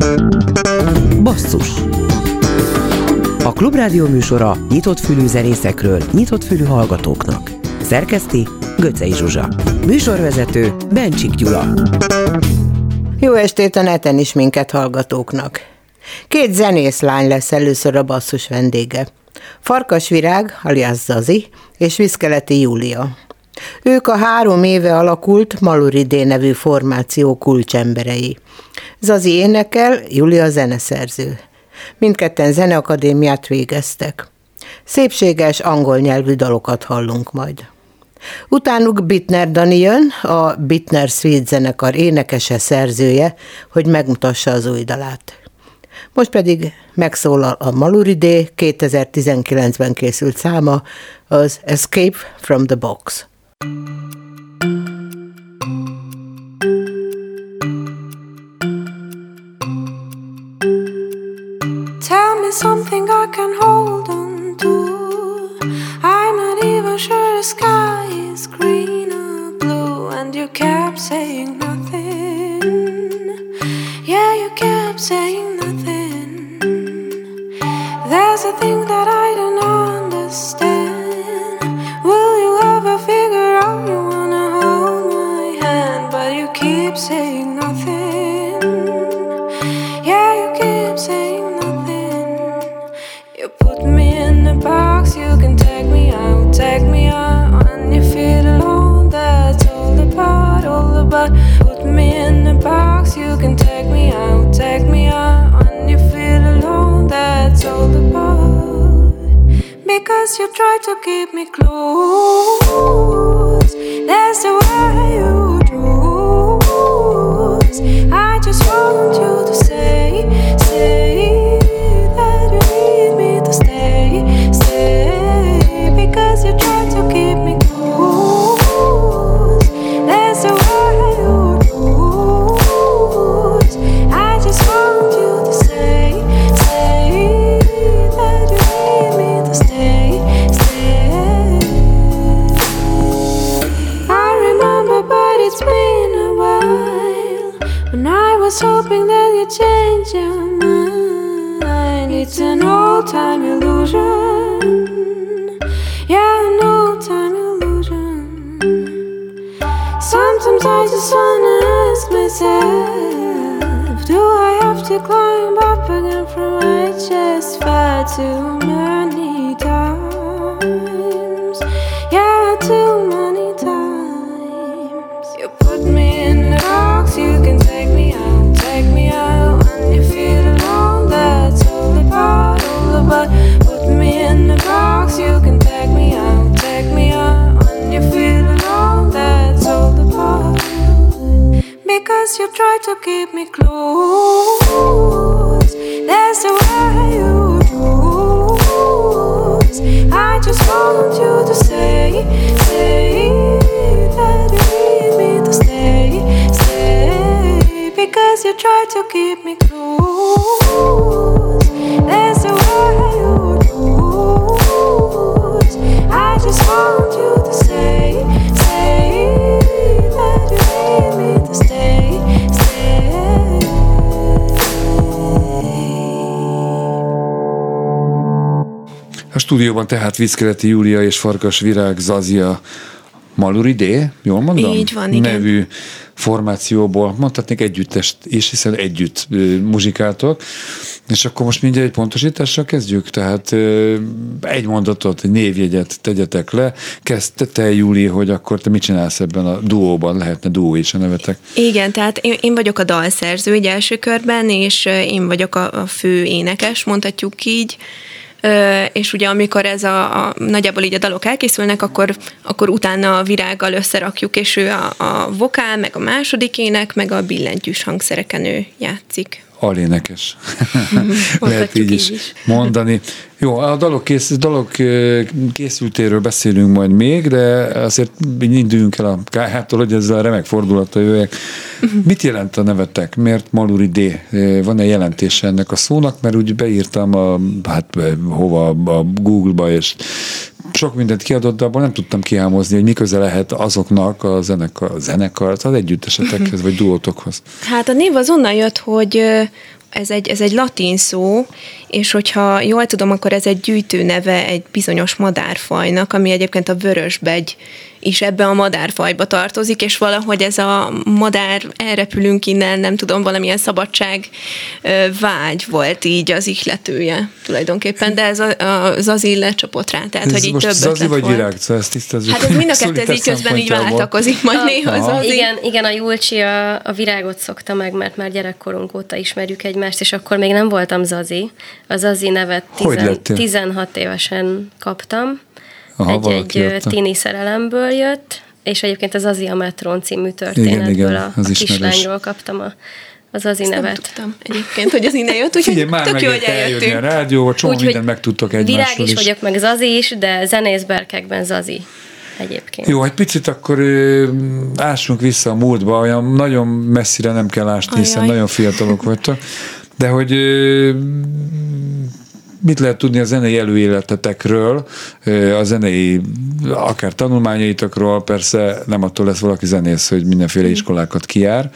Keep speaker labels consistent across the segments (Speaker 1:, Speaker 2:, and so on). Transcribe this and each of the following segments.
Speaker 1: Basszus. A Klubrádió műsora nyitott fülű zenészekről, nyitott fülű hallgatóknak. Szerkeszti Göcsei Zsuzsa. Műsorvezető Bencsik Gyula.
Speaker 2: Jó estét a neten is minket hallgatóknak. 2 zenészlány lesz először a basszus vendége. Farkas Virág, alias Zazi, és Viszkeleti Júlia. Ők a 3 éve alakult Maluri D nevű formáció kulcsemberei. Zazi énekel, Júlia zeneszerző. Mindketten zeneakadémiát végeztek. Szépséges angol nyelvű dalokat hallunk majd. Utánuk Bittner Dani jön, a Bittner Suite zenekar énekese, szerzője, hogy megmutassa az új dalát. Most pedig megszólal a Maluri D 2019-ben készült száma, az Escape from the Box.
Speaker 3: Tell me something I can hold on to. I'm not even sure the sky is green or blue. And you kept saying nothing. Yeah, you kept saying nothing. There's a thing that I don't understand. Will you ever figure out you wanna hold my hand? But you keep saying nothing. Yeah, you keep saying nothing. You put me in a box, you can take me out when you feel alone. That's all about. Put me in a box, you can take me out when you feel alone. That's all about. Because you try to keep me close, that's the way you choose. I just want you to say that you need me to stay. Because you try to keep me close, that's the way you choose. I just want you to say that you need me to stay. I remember, but it's been a while, when I was hoping that you'd change your mind. It's an old-time illusion. Yeah, an old-time illusion. Sometimes I just wanna ask myself, do I have to climb up again from where I just fell too many times? Yeah, too many times. You put me in the box, you can take me out when you feel alone. That's all about. Put me in the box, you can take me out when you feel alone. That's all about. Because you try to keep me close, that's the way you choose. I just want you to say that you need me to stay. Because you try to keep me close, that's the way you choose. I just want you to say that you need me to stay.
Speaker 4: A stúdióban tehát Viszkeleti Júlia és Farkas Virág, Zazia, Maluri D, jól mondom?
Speaker 5: Így van, igen.
Speaker 4: Nevű formációból, mondhatnék együttest is, hiszen együtt muzsikáltok. És akkor most mindjárt egy pontosítással kezdjük, tehát egy mondatot, egy névjegyet tegyetek le. Kezdte te, Júli, hogy akkor te mit csinálsz ebben a duóban, lehetne duó is a nevetek.
Speaker 5: Igen, tehát én vagyok a dalszerző egy első körben, és én vagyok a fő énekes, mondhatjuk így. És ugye amikor ez nagyjából így a dalok elkészülnek, akkor utána a Virággal összerakjuk, és ő a vokál, meg a második ének, meg a billentyűs hangszereken ő játszik.
Speaker 4: Alénekes. Lehet így is mondani. Jó, a dalok készültéről beszélünk majd még, de azért induljunk el a KH-tól, hogy ezzel a remek fordulattal jöjjek. Mit jelent a nevetek? Miért Maluri D? Van-e jelentése ennek a szónak? Mert úgy beírtam a Google-ba, és sok mindent kiadott, de abban nem tudtam kihámozni, hogy mi köze lehet azoknak a zenekar, az együttesetekhez, vagy duótokhoz.
Speaker 5: Hát a név az onnan jött, hogy ez egy latin szó, és hogyha jól tudom, akkor ez egy gyűjtő neve egy bizonyos madárfajnak, ami egyébként a vörösbegy is ebbe a madárfajba tartozik, és valahogy ez a madár, elrepülünk innen, nem tudom, valamilyen szabadság vágy volt így az ihletője tulajdonképpen, de ez az Zazi lecsapott rá, tehát hogy így több ötlet
Speaker 4: Zazi vagy
Speaker 5: volt.
Speaker 4: Virág? Ezt tisztázzuk.
Speaker 5: Hát ez mind a kettő, ez így közben így váltakozik majd néha az Zazi.
Speaker 6: Igen, a Julcsi a Virágot szokta meg, mert már gyerekkorunk óta ismerjük egymást, és akkor még nem voltam Zazi. A Zazi nevet 16 évesen kaptam. Egy tini szerelemből jött, és egyébként az Zazi a Metrón című történetből a kislányról kaptam az Zazi nevet.
Speaker 5: Nem tudtam egyébként, hogy az innen jött, úgyhogy tök jó, hogy eljöttünk.
Speaker 4: A rádióval, csomó mindent megtudtok egymásról is.
Speaker 6: Virág is vagyok, meg Zazi is, de zenészberkekben Zazi egyébként.
Speaker 4: Jó, egy picit akkor ássunk vissza a múltba, olyan nagyon messzire nem kell ásni, hiszen nagyon fiatalok vagytok, de hogy mit lehet tudni a zenei előéletetekről, a zenei akár tanulmányaitokról, persze nem attól lesz valaki zenész, hogy mindenféle iskolákat kijár.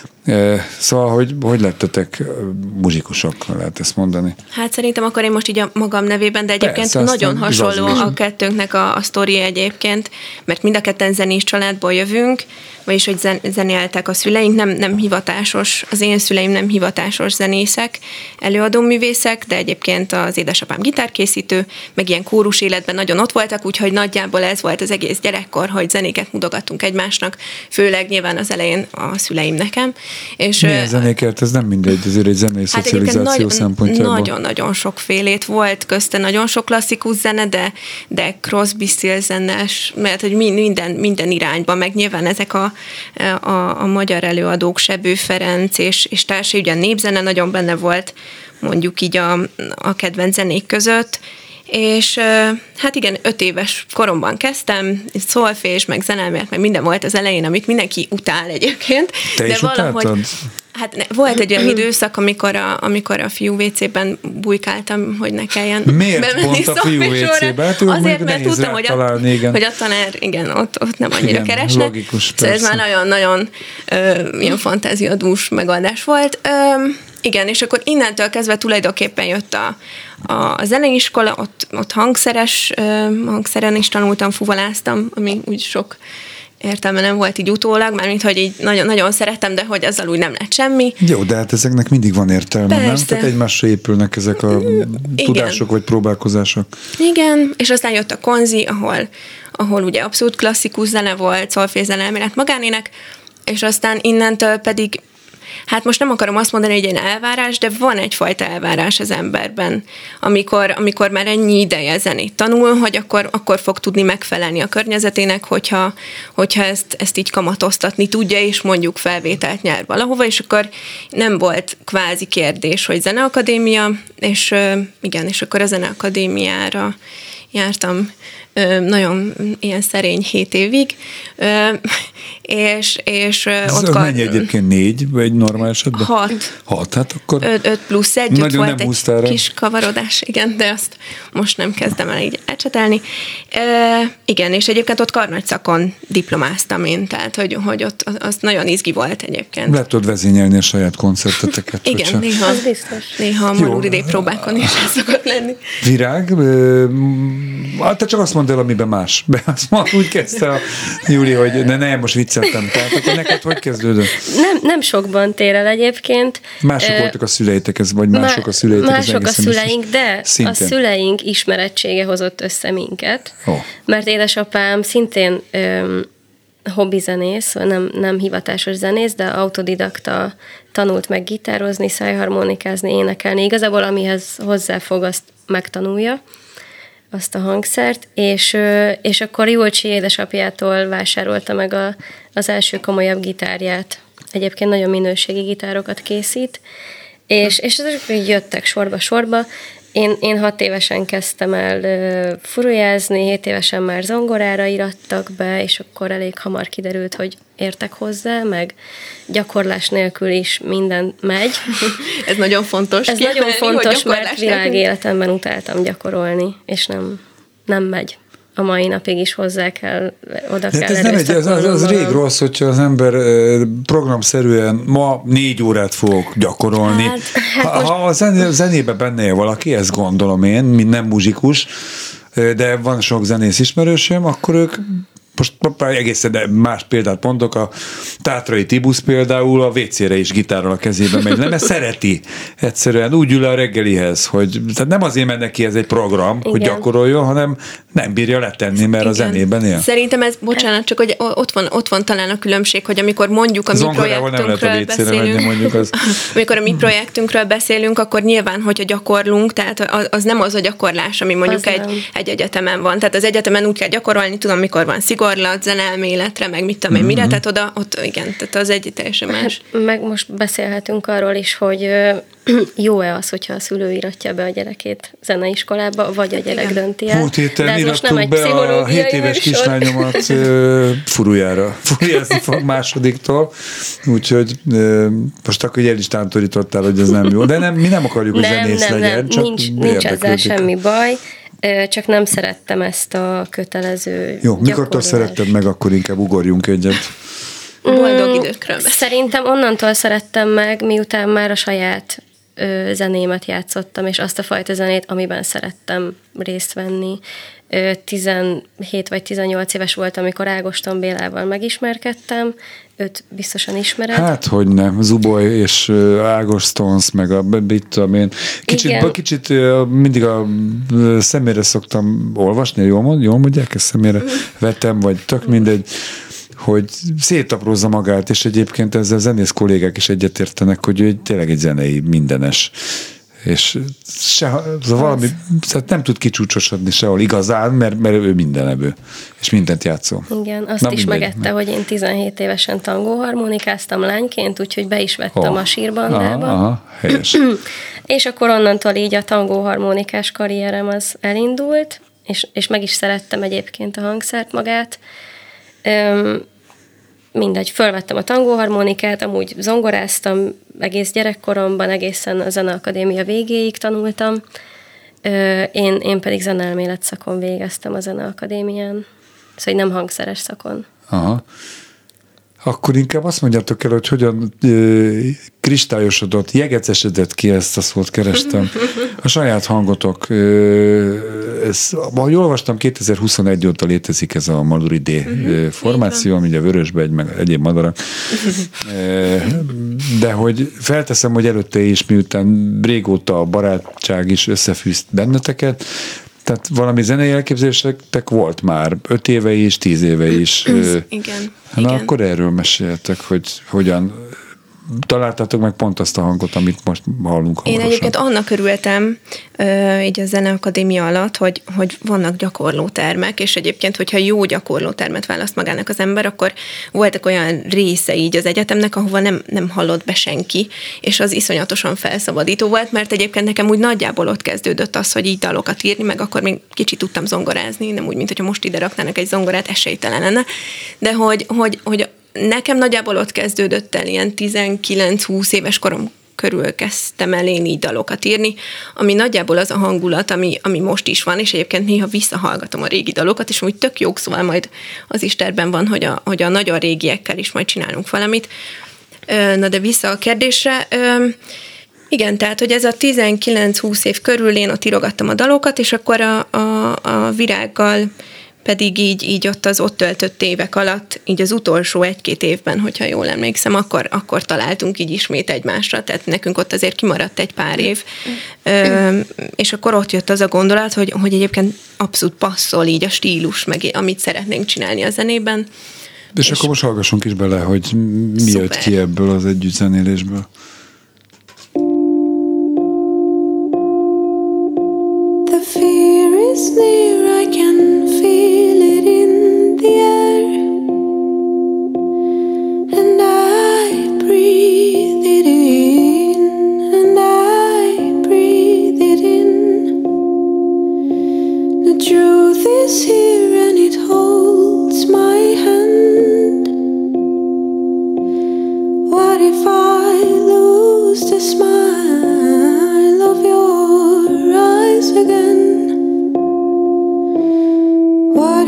Speaker 4: Szóval, hogy lettetek muzsikusok, lehet ezt mondani?
Speaker 5: Hát szerintem akkor én most így a magam nevében, de egyébként persze, nagyon hasonló a kettőnknek a sztori egyébként, mert mind a ketten zenés családból jövünk, vagyis hogy zenéltek a szüleink, nem hivatásos, az én szüleim nem hivatásos zenészek, előadóművészek, de egyébként az édesapám gitárkészítő, meg ilyen kórus életben nagyon ott voltak, úgyhogy nagyjából ez volt az egész gyerekkor, hogy zenéket mutogattunk egymásnak, főleg nyilván az elején a szüleim nekem. És
Speaker 4: milyen zenéket? Ez nem mindegy, azért egy zenei szocializáció szempontjából.
Speaker 5: Nagyon-nagyon sokfélét volt, közte nagyon sok klasszikus zene, de Crosby, Stills zenes, mert hogy minden irányban, meg nyilván ezek a magyar előadók, Sebő Ferenc és társai, ugye a népzene nagyon benne volt, mondjuk így a kedvenc zenék között, és hát igen, 5 éves koromban kezdtem, szolfés, meg zeneelmélet, meg minden volt az elején, amit mindenki utál egyébként.
Speaker 4: Te de is valahogy utáltad?
Speaker 5: Hát volt egy olyan időszak, amikor a fiú WC-ben bujkáltam, hogy ne kelljen
Speaker 4: miért pont a fiú WC-be? Hát
Speaker 5: azért, mert tudtam, hogy a tanár, igen, ott nem annyira keresne.
Speaker 4: Logikus,
Speaker 5: szóval ez már nagyon-nagyon ilyen fantáziadús megoldás volt. Igen, és akkor innentől kezdve tulajdonképpen jött a zeneiskola, ott hangszeren is tanultam, fuvaláztam, ami úgy sok értelme nem volt így utólag, mármint, hogy így nagyon, nagyon szerettem, de hogy azzal úgy nem lett semmi.
Speaker 4: Jó, de hát ezeknek mindig van értelme,
Speaker 5: persze.
Speaker 4: Nem? Tehát egymásra épülnek ezek a tudások vagy próbálkozások.
Speaker 5: Igen, és aztán jött a konzi, ahol ugye abszolút klasszikus zene volt, szolfészene elmélet, magánének, és aztán innentől pedig hát most nem akarom azt mondani, hogy egy elvárás, de van egyfajta elvárás az emberben, amikor már ennyi ideje zenét tanul, hogy akkor fog tudni megfelelni a környezetének, hogyha ezt így kamatoztatni tudja, és mondjuk felvételt nyer valahova, és akkor nem volt kvázi kérdés, hogy zeneakadémia, és igen, és akkor a zeneakadémiára jártam nagyon ilyen szerény 7 évig, és ott...
Speaker 4: Mennyi egyébként 4, vagy egy normál esetben? 6, hát akkor...
Speaker 5: 5 plusz 1, ott volt egy
Speaker 4: rá.
Speaker 5: kis kavarodás, igen, de azt most nem kezdem el így elcsetelni. Igen, és egyébként ott karnagyszakon diplomáztam én, tehát hogy ott az nagyon izgi volt egyébként.
Speaker 4: Le tudod vezényelni a saját koncerteteket.
Speaker 5: Igen, néha a Maluridé próbákon is el szokott lenni.
Speaker 4: Virág, te csak azt mondd el, amiben más. Azt úgy kezdte a Júli, hogy nem, most vicceltem. Tehát akkor neked hogy kezdődött?
Speaker 6: Nem sokban tér el egyébként.
Speaker 4: Mások voltak a szüleitek, vagy mások a szüleitek?
Speaker 6: Mások a szüleink, de szintén. A szüleink ismerettsége hozott össze minket. Mert édesapám szintén hobbizenész, nem hivatásos zenész, de autodidakta tanult meg gitározni, szájharmonikázni, énekelni. Igazából amihez hozzáfog, azt megtanulja, azt a hangszert, és akkor Julcsi édesapjától vásárolta meg az első komolyabb gitárját. Egyébként nagyon minőségi gitárokat készít, és ezek jöttek sorba. Én 6 évesen kezdtem el furujázni, 7 évesen már zongorára irattak be, és akkor elég hamar kiderült, hogy értek hozzá, meg gyakorlás nélkül is minden megy.
Speaker 5: Ez nagyon fontos.
Speaker 6: Ez nagyon fontos, mert világéletemben utáltam gyakorolni, és nem megy. a mai napig is oda kell
Speaker 4: ez nem az rég rossz, hogyha az ember programszerűen ma 4 órát fogok gyakorolni. Ha a zenébe benne valaki, ezt gondolom én, mint nem muzsikus, de van sok zenész ismerősöm, akkor ők most egészen más példát mondok, a Tátrai Tibusz például a WC-re is gitárral a kezébe megy, nem, mert szereti. Egyszerűen úgy ül a reggelihez, hogy tehát nem azért mennek ki ez egy program, igen, hogy gyakoroljon, hanem nem bírja letenni, mert igen, a zenében él.
Speaker 5: Szerintem ez, bocsánat, csak hogy ott van talán a különbség, hogy amikor mondjuk a mi projektünkről beszélünk, amikor a mi projektünkről beszélünk, akkor nyilván, hogyha gyakorlunk, tehát az nem az a gyakorlás, ami mondjuk egy egyetemen van. Tehát az egyetemen úgy kell gyakorolni, tudom, mikor van szigorlat, zenelméletre, meg mit tudom én mire, tehát ott igen, tehát az egy teljesen más.
Speaker 6: Meg most beszélhetünk arról is, hogy jó-e az, hogyha a szülő iratja be a gyerekét zeneiskolába, vagy a gyerek dönti el.
Speaker 4: Múlt héten irattuk be a 7 éves kislányomat furujázni fog másodiktól, úgyhogy most akkor el is tántorítottál, hogy ez nem jó, de mi nem akarjuk, hogy zenész legyen. Csak
Speaker 6: nincs ezzel semmi baj. Csak nem szerettem ezt a kötelező
Speaker 4: Jó, mikortól szeretted meg, akkor inkább ugorjunk egyet.
Speaker 5: Boldog időkről beszél.
Speaker 6: Szerintem onnantól szerettem meg, miután már a saját zenémet játszottam, és azt a fajta zenét, amiben szerettem részt venni. 17 vagy 18 éves voltam, amikor Ágoston Bélával megismerkedtem, őt biztosan ismered.
Speaker 4: Hát, hogy nem, Zuboly és Ágostons, meg a én. Kicsit mindig a szemére szoktam olvasni, jól mondják, ezt szemére vettem, vagy tök mindegy, hogy szétaprózza magát, és egyébként ezzel zenész kollégák is egyetértenek, hogy ő tényleg egy zenei mindenes. És valami, nem tud kicsúcsosodni sehol igazán, mert ő mindenevő, és mindent játszol.
Speaker 6: Igen, azt is megette, hogy én 17 évesen tangóharmonikáztam lányként, úgyhogy be is vettem a sírbandába.
Speaker 4: Aha, helyes.
Speaker 6: És akkor onnantól így a tangóharmonikás karrierem az elindult, és meg is szerettem egyébként a hangszert magát. Mindegy, fölvettem a tangóharmonikát, amúgy zongoráztam egész gyerekkoromban, egészen a Zeneakadémia végéig tanultam. Én pedig zeneelmélet szakon végeztem a Zeneakadémián, szóval nem hangszeres szakon.
Speaker 4: Aha. Akkor inkább azt mondjátok el, hogy hogyan kristályosodott, jegecesedett ki, ezt a szót kerestem. A saját hangotok. Ahogy olvastam, 2021 óta létezik ez a Maduri D formáció, ami a Vörösbegy, meg egyéb madarak. De hogy felteszem, hogy előtte is, miután régóta a barátság is összefűzt benneteket, tehát valami zenei elképzelésetek volt már 5 éve is, 10 éve is.
Speaker 5: Igen.
Speaker 4: Na, akkor erről meséljetek, hogy hogyan találtátok meg pont azt a hangot, amit most hallunk.
Speaker 5: Én egyébként annak örültem így a Zeneakadémia alatt, hogy vannak gyakorlótermek, és egyébként, hogyha jó gyakorlótermet választ magának az ember, akkor voltak olyan része így az egyetemnek, ahova nem hallott be senki, és az iszonyatosan felszabadító volt, mert egyébként nekem úgy nagyjából ott kezdődött az, hogy így dalokat írni, meg akkor még kicsit tudtam zongorázni, nem úgy, mint hogyha most ide raknának egy zongorát, esélytelen lenne, de hogy nekem nagyjából ott kezdődött el, ilyen 19-20 éves korom körül kezdtem el én így dalokat írni, ami nagyjából az a hangulat, ami most is van, és egyébként néha visszahallgatom a régi dalokat, és úgy tök jók, szóval majd az is tervben van, hogy a nagyon régiekkel is majd csinálunk valamit. Na de vissza a kérdésre. Igen, tehát, hogy ez a 19-20 év körül én ott írogattam a dalokat, és akkor a Virággal pedig így ott töltött évek alatt, így az utolsó 1-2 évben, hogyha jól emlékszem, akkor találtunk így ismét egymásra, tehát nekünk ott azért kimaradt egy pár év, és akkor ott jött az a gondolat, hogy egyébként abszolút passzol így a stílus, meg amit szeretnénk csinálni a zenében.
Speaker 4: És akkor most hallgassunk is bele, hogy mi jött ki ebből az együttzenélésből.
Speaker 3: The fear is near, I can feel it in the air, and I breathe it in, and I breathe it in. The truth is here and it holds my hand. What if I lose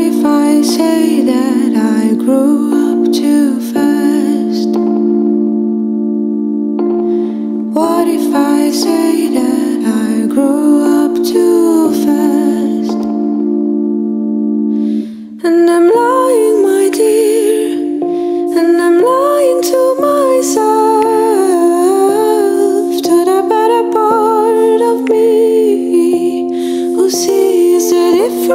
Speaker 3: if I say that I grew up too fast? What if I say that I grew up too fast? And I'm lying, my dear, and I'm lying to myself, to the better part of me who sees the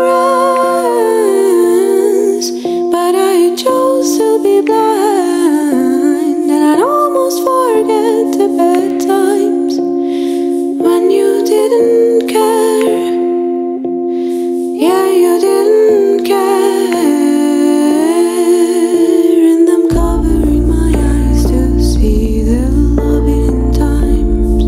Speaker 3: difference. But I chose to be blind, and I'd almost forget the bad times when you didn't care. Yeah, you didn't care. And I'm covering my eyes to see the loving times.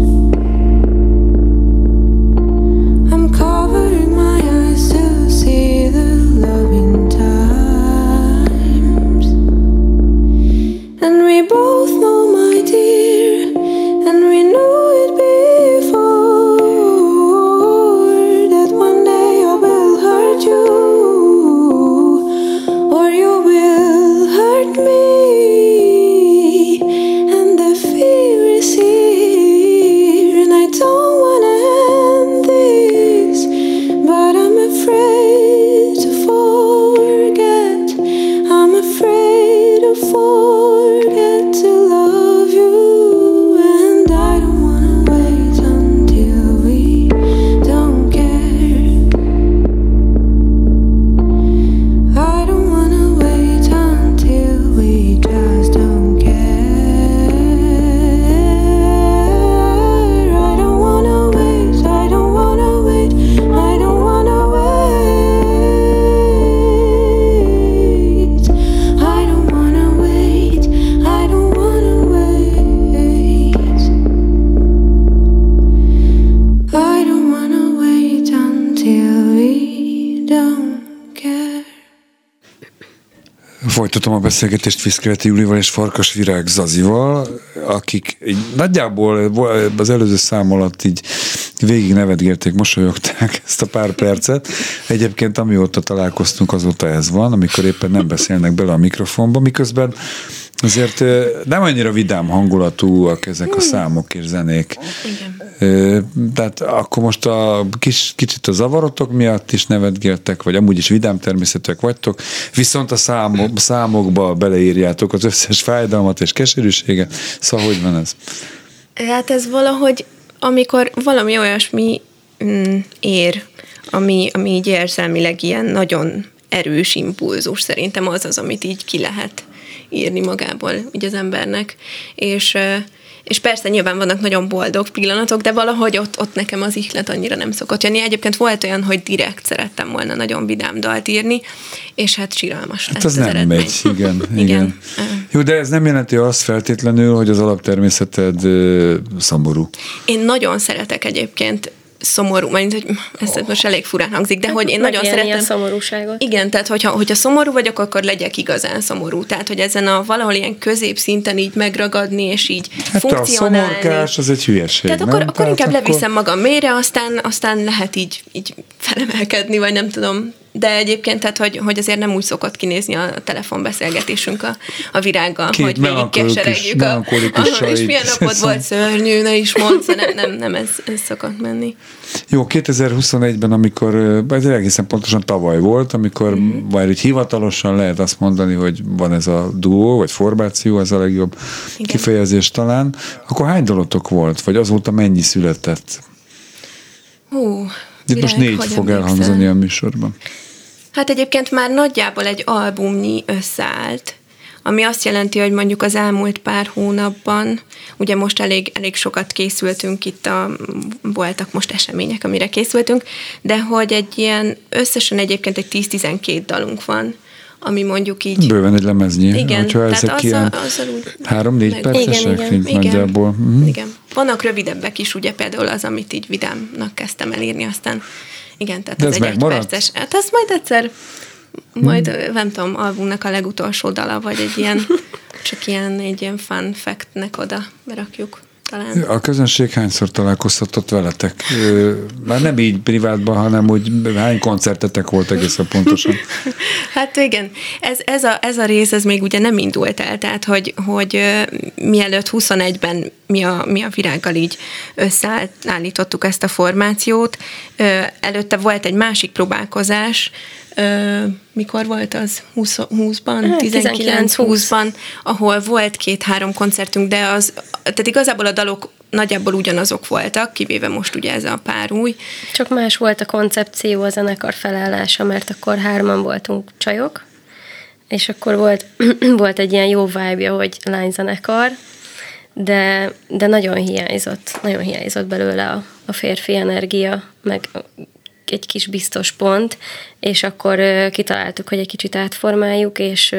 Speaker 3: I'm covering my eyes to see the loving times. And we both know, my dear, and we knew it before, that one day I will hurt you, or you will hurt me. And the fear is here, and I don't wanna end this, but I'm afraid to forget. I'm afraid to forget to love you, and I don't wanna wait until we don't care. I don't wanna wait until we just don't care. I don't wanna wait, I don't wanna wait, I don't wanna wait. I don't wanna wait, I don't wanna wait. I don't wanna wait until we don't care.
Speaker 4: Folytatom a beszélgetést Viszkeleti Julival és Farkas Virág Zazival, akik nagyjából az előző szám alatt így végig nevetgélték, mosolyogták ezt a pár percet. Egyébként amióta találkoztunk, azóta ez van, amikor éppen nem beszélnek bele a mikrofonba, miközben azért nem annyira vidám hangulatúak ezek a számok és zenék.
Speaker 5: Igen.
Speaker 4: Tehát akkor most kicsit a zavarotok miatt is nevetgéltek, vagy amúgy is vidám természetűek vagytok, viszont a számokba beleírjátok az összes fájdalmat és keserűséget. Szóval hogy van ez?
Speaker 5: Hát ez valahogy, amikor valami olyasmi ér, ami így érzelmileg ilyen nagyon erős impulzus, szerintem az, amit így ki lehet írni magából így az embernek. És persze nyilván vannak nagyon boldog pillanatok, de valahogy ott nekem az ihlet annyira nem szokott jönni. Egyébként volt olyan, hogy direkt szerettem volna nagyon vidám dalt írni, és hát siralmas lett
Speaker 4: az nem
Speaker 5: eredmény.
Speaker 4: megy, igen. Jó, de ez nem jelenti azt feltétlenül, hogy az alaptermészeted szomorú.
Speaker 5: Én nagyon szeretek egyébként szomorú, mert ez most elég furán hangzik, de hogy én nagyon szeretem
Speaker 6: a szomorúságot.
Speaker 5: Igen, tehát hogyha szomorú vagyok, akkor legyek igazán szomorú. Tehát, hogy ezen a valahol ilyen középszinten így megragadni, és így funkcionálni.
Speaker 4: A szomorkás, az egy hülyeség,
Speaker 5: tehát akkor inkább leviszem magam mélyre, aztán lehet így felemelkedni, vagy nem tudom. De egyébként, tehát, hogy azért nem úgy szokott kinézni a telefonbeszélgetésünk a Virággal, hogy végig keseregjük és milyen napod volt, szörnyű, ne is mondd, nem ez szokott menni.
Speaker 4: Jó, 2021-ben, amikor, ez egészen pontosan tavaly volt, amikor már így hivatalosan lehet azt mondani, hogy van ez a duó, vagy formáció, ez a legjobb kifejezés talán, akkor hány dalotok volt, vagy azóta mennyi született? Itt most 4 fog elhangzani a műsorban.
Speaker 5: Hát egyébként már nagyjából egy albumnyi összeállt, ami azt jelenti, hogy mondjuk az elmúlt pár hónapban, ugye most elég sokat készültünk, voltak most események, amire készültünk, de hogy egy ilyen, összesen egyébként egy 10-12 dalunk van, ami mondjuk így... Bőven egy lemeznyi. Igen,
Speaker 4: tehát azzal 3-4 percesek, így nagyjából.
Speaker 5: Igen. Vannak rövidebbek is, ugye például az, amit így vidámnak kezdtem elírni, aztán igen, tehát ez egy egyperces. Hát azt majd egyszer, nem tudom, albumnak a legutolsó dala, vagy egy ilyen, csak egy ilyen fun fact-nek oda berakjuk. talán.
Speaker 4: A közönség hányszor találkozhatott veletek? Már nem így privátban, hanem hogy hány koncertetek volt egészen pontosan?
Speaker 5: Hát igen, ez a rész, ez még ugye nem indult el, tehát hogy mielőtt 21-ben mi a Virággal így összeállítottuk ezt a formációt, előtte volt egy másik próbálkozás, mikor volt az? 20-ban? 19-20-ban, ahol volt 2-3 koncertünk, de tehát igazából a dalok nagyjából ugyanazok voltak, kivéve most ugye ez a pár új.
Speaker 6: Csak más volt a koncepció, a zenekar felállása, mert akkor 3-an voltunk csajok, és akkor volt egy ilyen jó vibe-ja, hogy lányzenekar, de nagyon hiányzott belőle a férfi energia, meg egy kis biztos pont, és akkor kitaláltuk, hogy egy kicsit átformáljuk, és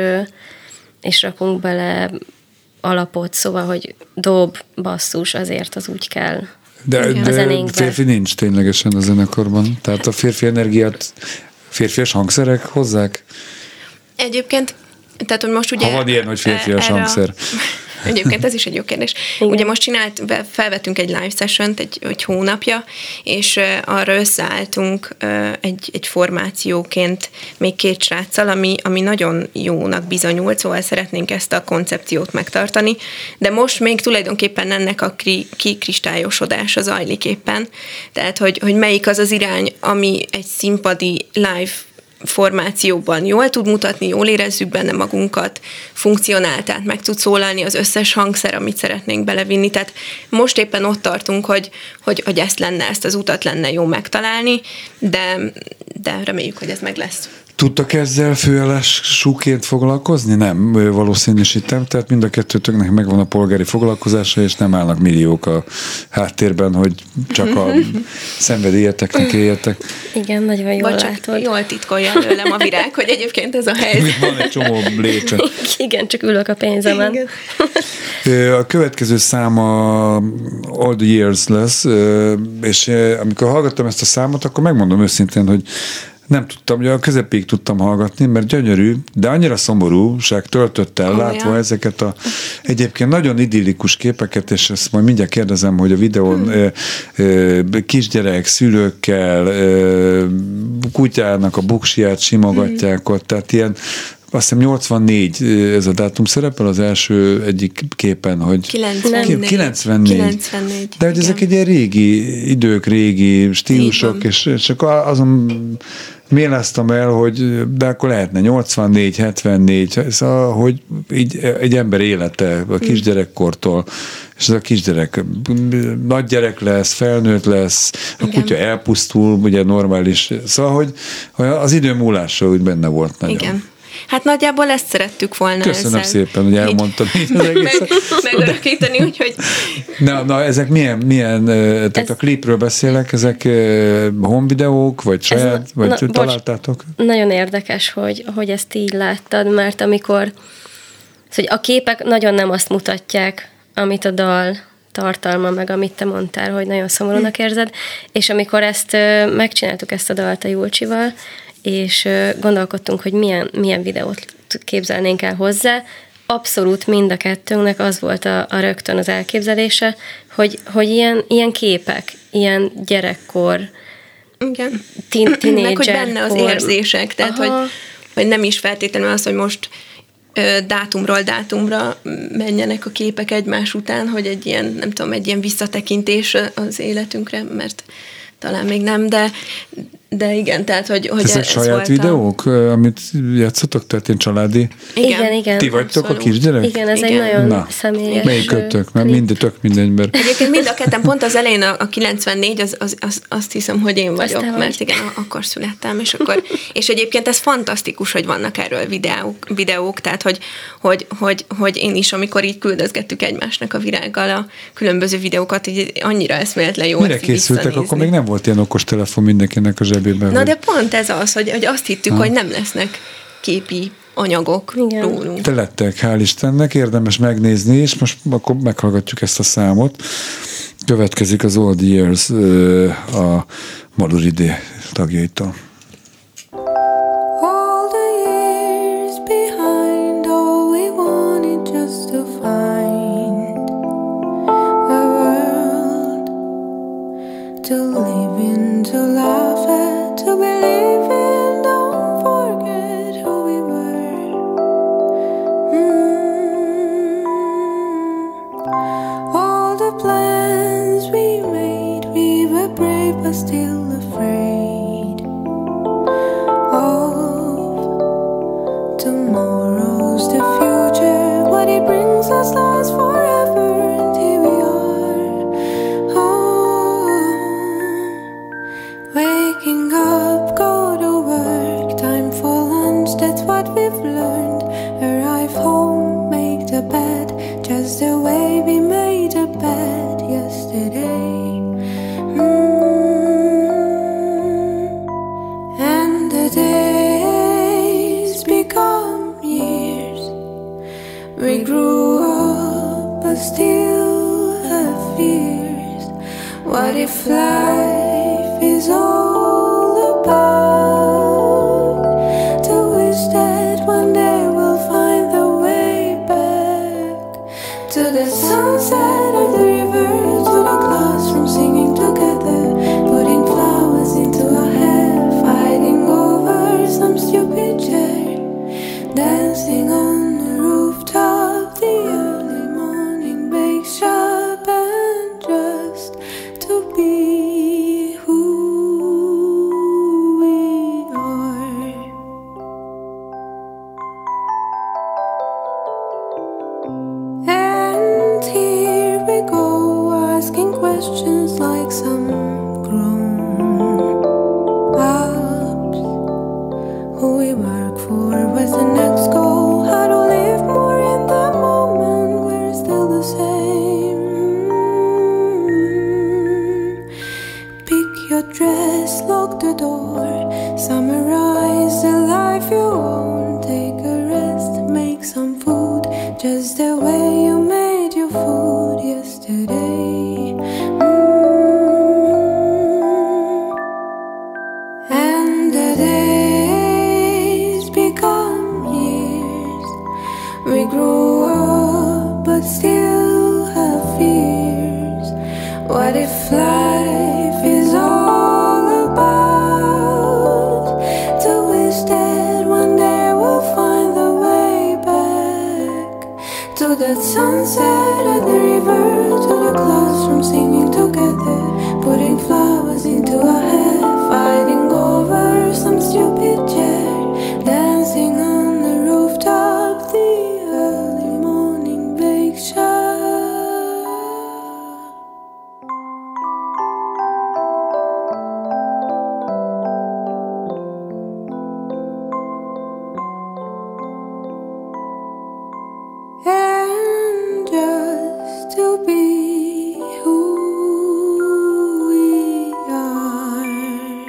Speaker 6: rakunk bele alapot, szóval, hogy dob, basszus, azért az úgy kell
Speaker 4: de férfi nincs ténylegesen a zenekarban. Tehát a férfi energiát férfias hangszerek hozzák?
Speaker 5: Egyébként, tehát hogy most ugye...
Speaker 4: Ha van ilyen, hogy férfias hangszer.
Speaker 5: Egyébként ez is egy jó kérdés. Igen. Ugye most felvettünk egy live sessiont egy hónapja, és arra összeálltunk egy formációként még 2 sráccal, ami nagyon jónak bizonyult, szóval szeretnénk ezt a koncepciót megtartani, de most még tulajdonképpen ennek a kikristályosodása zajlik éppen, tehát hogy melyik az az irány, ami egy színpadi live formációban jól tud mutatni, jól érezzük benne magunkat, funkcionál, tehát meg tud szólalni az összes hangszer, amit szeretnénk belevinni. Tehát most éppen ott tartunk, hogy ezt az utat lenne jó megtalálni, de reméljük, hogy ez meg lesz.
Speaker 4: Tudtak ezzel főállásúként foglalkozni? Nem, valószínűsítem. Tehát mind a kettőtöknek megvan a polgári foglalkozása, és nem állnak milliók a háttérben, hogy csak a szenvedélyeteknek éljetek.
Speaker 6: Igen, nagyon jól látod.
Speaker 5: Jól titkolja előlem a Virág, hogy egyébként ez a helyzet.
Speaker 4: Van egy csomó lécse.
Speaker 6: Igen, csak ülök a pénzemen.
Speaker 4: Igen. A következő száma All the Years lesz, és amikor hallgattam ezt a számot, akkor megmondom őszintén, hogy nem tudtam, hogy a közepéig tudtam hallgatni, mert gyönyörű, de annyira szomorúság töltött el, látva ezeket a egyébként nagyon idillikus képeket, és ezt majd mindjárt kérdezem, hogy a videón kisgyerek, szülőkkel, kutyának a buksiját simogatják ott, tehát ilyen azt hiszem 84 ez a dátum szerepel az első egyik képen, hogy 94. De hogy ezek egy ilyen régi idők, régi stílusok, és csak azon méláztam el, hogy de akkor lehetne 84, 74, szóval, hogy így egy ember élete a kisgyerekkortól, és ez a kisgyerek nagy gyerek lesz, felnőtt lesz, a kutya elpusztul, ugye normális, szóval, hogy az idő múlása úgy benne volt nagyon. Igen.
Speaker 5: Hát nagyjából ezt szerettük volna.
Speaker 4: Köszönöm szépen, hogy elmondtam így az egészet.
Speaker 5: Megörökíteni, úgyhogy...
Speaker 4: Na, ezek milyen tehát a klipről beszélek, ezek home videók, vagy saját, vagy találtátok?
Speaker 6: Nagyon érdekes, hogy ezt így láttad, mert amikor hogy a képek nagyon nem azt mutatják, amit a dal tartalma, meg amit te mondtál, hogy nagyon szomorúnak érzed, és amikor megcsináltuk ezt a dalt a Julcsival, és gondolkodtunk, hogy milyen videót képzelnénk el hozzá. Abszolút mind a kettőnknek az volt a rögtön az elképzelése, hogy ilyen képek, ilyen gyerekkor,
Speaker 5: igen.
Speaker 6: Tínédzserkor.
Speaker 5: Meg hogy benne az érzések, tehát hogy nem is feltétlenül az, hogy most dátumról dátumra menjenek a képek egymás után, hogy egy ilyen, nem tudom, egy ilyen visszatekintés az életünkre, mert talán még nem, de igen, tehát, hogy
Speaker 4: ezek saját videók, amit játszotok, tehát ilyen családi?
Speaker 6: Igen.
Speaker 4: Ti vagytok a kisgyerek?
Speaker 6: Igen, ez egy nagyon személyes...
Speaker 4: Melyikőtök? Mert tök mindegyben.
Speaker 5: Egyébként mind a ketten, pont az elején a 94, azt hiszem, hogy én vagyok, mert igen, akkor születtem, és egyébként ez fantasztikus, hogy vannak erről videók, tehát, hogy én is, amikor így küldözgettük egymásnak a Virággal a különböző videókat, így annyira eszméletlen jó.
Speaker 4: Mire készültek? Akkor még nem volt ilyen okostelefon mindenkinek a zsebében.
Speaker 5: Na de pont ez az, hogy azt hittük, hogy nem lesznek képi anyagok rólunk.
Speaker 4: Te lettek, hál' Istennek, érdemes megnézni, és most akkor meghallgatjuk ezt a számot. Következik az All the Years a Maluridé tagjaitól.
Speaker 3: All the years behind, all we wanted just to find where to live in, to laugh at, to believe in. Don't forget who we were. All the plans we made, we were brave but still afraid of tomorrow's the future. What it brings us lasts forever, and here we are. Waking up, go to work, time for lunch, that's what we've learned. Arrive home, make the bed, just the way we made a bed yesterday. And the days become years. We grew up but still have fears. What if life is all about? To wish that one day we'll find the way back to the sunset of the river, to the classroom singing together, putting flowers into our hair, fighting over some stupid chair, dancing on the rooftop, the early morning bake shop, and just to be who we are. And here we go, asking questions like some grown-ups. Who we work for, what's the next goal? How to live more in the moment, we're still the same. Pick your dress, lock the door, summarize the life you own. Take a rest, make some food, just the way you made your food yesterday. And the days become years. We grew up but still have fears. What if life is all about? To wish that one day we'll find the way back to that sunset at the river, to the classroom singing together, putting flowers into our hair, fighting over some stupid chair, dancing on the rooftop, the early morning bake shop. And just to be who we are.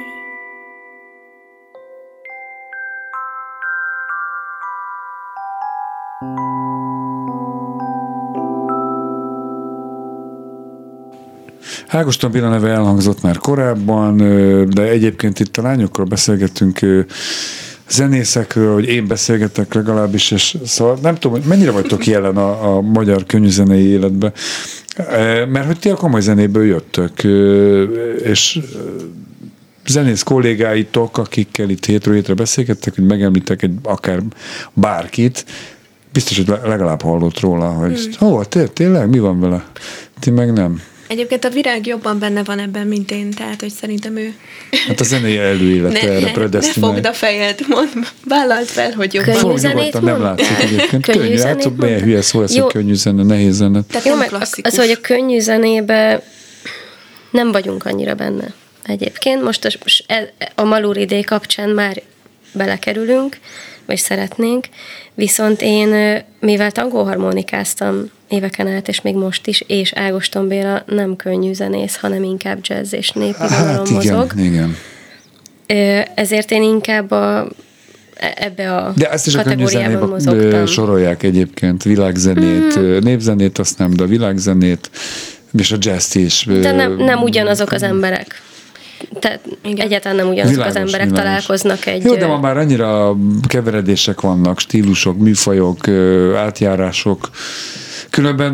Speaker 4: Ágoston Béla neve elhangzott már korábban, de egyébként itt a lányokkal beszélgettünk zenészekről, hogy én beszélgetek legalábbis, és szóval nem tudom, hogy mennyire vagytok jelen a magyar könnyűzenei életben, mert hogy ti a komoly zenéből jöttök, és zenész kollégáitok, akikkel itt hétről hétre beszélgettek, hogy megemlítek akár bárkit, biztos, hogy legalább hallott róla, hogy tényleg, mi van vele? Ti meg nem.
Speaker 5: Egyébként a Virág jobban benne van ebben, mint én, tehát, hogy szerintem ő...
Speaker 4: Hát a zenei előélete erre predesztinálja.
Speaker 5: Ne fogd a fejed, vállalt fel, hogy jobban.
Speaker 6: Könnyű zenét
Speaker 4: nyugodtan, nem látszik egyébként.
Speaker 6: Könnyű zenét
Speaker 4: hát milyen hülye szó ez, hogy könnyű zene, nehéz zene.
Speaker 5: Tehát
Speaker 6: Jó,
Speaker 5: nem
Speaker 6: meg
Speaker 5: klasszikus.
Speaker 6: az, hogy a könnyű zenébe nem vagyunk annyira benne egyébként. Most a Maluri Day kapcsán már belekerülünk, vagy szeretnénk, viszont én, mivel tangóharmonikáztam éveken át, és még most is, és Ágoston Béla nem könnyű zenész, hanem inkább jazz és népi vonalon mozog.
Speaker 4: Igen.
Speaker 6: Ezért én inkább ebbe a
Speaker 4: de ezt is a
Speaker 6: kategóriában mozogtam.
Speaker 4: Sorolják egyébként, világzenét, népzenét, azt nem, de a világzenét, és a jazz is.
Speaker 6: De nem ugyanazok az emberek. Tehát egyáltalán nem ugyanazok az emberek találkoznak egy...
Speaker 4: Jó, de ma már annyira keveredések vannak, stílusok, műfajok, átjárások Különben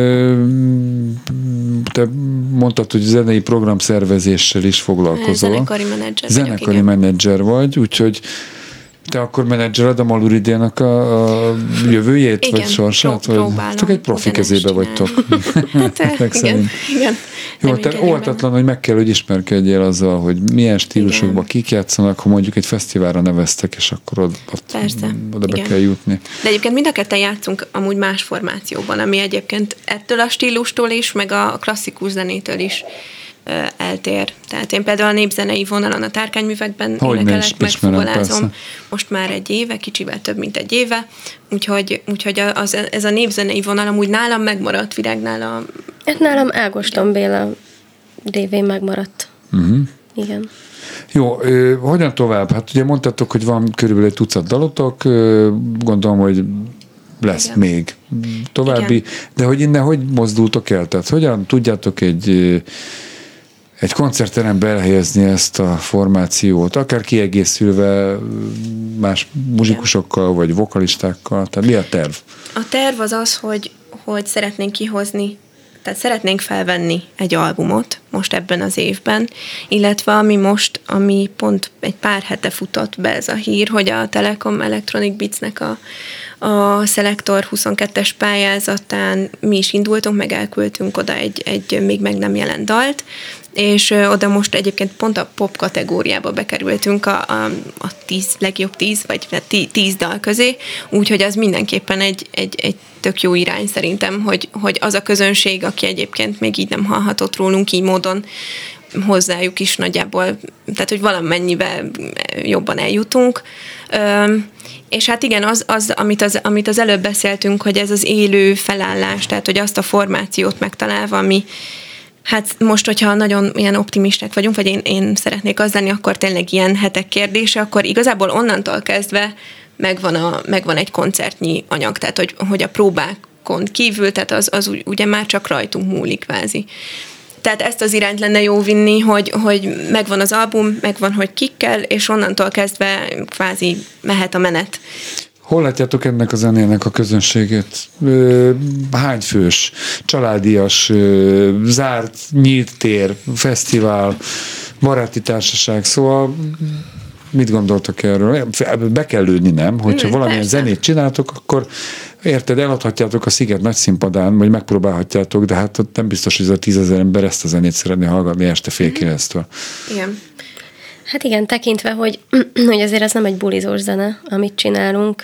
Speaker 4: te mondtad, hogy zenei programszervezéssel is foglalkozol.
Speaker 5: Zenekari
Speaker 4: menedzser vagy, úgyhogy te akkor menedzsered a Maluridénak a jövőjét,
Speaker 5: igen,
Speaker 4: vagy sorsát?
Speaker 5: Próbálom.
Speaker 4: Csak egy profi kezébe vagytok.
Speaker 5: Igen.
Speaker 4: Jó, te óvatatlan, hogy meg kell, hogy ismerkedjél azzal, hogy milyen stílusokban kik játszanak, ha mondjuk egy fesztiválra neveztek, és akkor oda be kell jutni.
Speaker 5: De egyébként mind a ketten játszunk amúgy más formációban, ami egyébként ettől a stílustól is, meg a klasszikus zenétől is eltér. Tehát én például a népzenei vonalon a tárkányművekben énekelek, megfogalázom most már egy éve, kicsivel több, mint egy éve, úgyhogy ez a népzenei vonal amúgy nálam megmaradt, Virágnál
Speaker 6: Hát nálam Ágoston Béla DV megmaradt. Igen.
Speaker 4: Jó, hogyan tovább? Hát ugye mondtátok, hogy van körülbelül egy tucat dalotok, gondolom, hogy lesz még további, de hogy innen hogy mozdultok el? Tehát hogyan tudjátok egy koncertterembe elhelyezni ezt a formációt, akár kiegészülve más muzsikusokkal, vagy vokalistákkal? Tehát mi a terv?
Speaker 5: A terv az, hogy szeretnénk kihozni, tehát szeretnénk felvenni egy albumot most ebben az évben, illetve ami pont egy pár hete futott be ez a hír, hogy a Telekom Electronic Beats-nek a Selector 22-es pályázatán mi is indultunk, meg elküldtünk oda egy még meg nem jelent dalt, és oda most egyébként pont a pop kategóriába bekerültünk a 10 legjobb 10, vagy 10 dal közé, úgyhogy az mindenképpen egy tök jó irány szerintem, hogy az a közönség, aki egyébként még így nem hallhatott rólunk így módon, hozzájuk is nagyjából, tehát hogy valamennyivel jobban eljutunk. És hát igen, amit az előbb beszéltünk, hogy ez az élő felállás, tehát hogy azt a formációt megtalálva, ami hát most, hogyha nagyon ilyen optimisták vagyunk, vagy én szeretnék az lenni, akkor tényleg ilyen hetek kérdése, akkor igazából onnantól kezdve megvan egy koncertnyi anyag, tehát hogy a próbákon kívül, tehát az ugye már csak rajtunk múlik kvázi. Tehát ezt az irányt lenne jó vinni, hogy megvan az album, megvan, hogy kikkel, és onnantól kezdve kvázi mehet a menet.
Speaker 4: Hol látjátok ennek a zenének a közönségét? Hány fős? Családias, zárt, nyílt tér, fesztivál, baráti társaság, szóval mit gondoltok erről? Be kell lőni, nem? Hogyha valamilyen zenét csináltok, akkor érted, eladhatjátok a Sziget nagy színpadán, vagy megpróbálhatjátok, de hát nem biztos, hogy ez a 10 000 ember ezt a zenét szeretné hallgatni este fél 9-től.
Speaker 5: Igen.
Speaker 6: Hát igen, tekintve, hogy azért ez nem egy bulizós zene, amit csinálunk,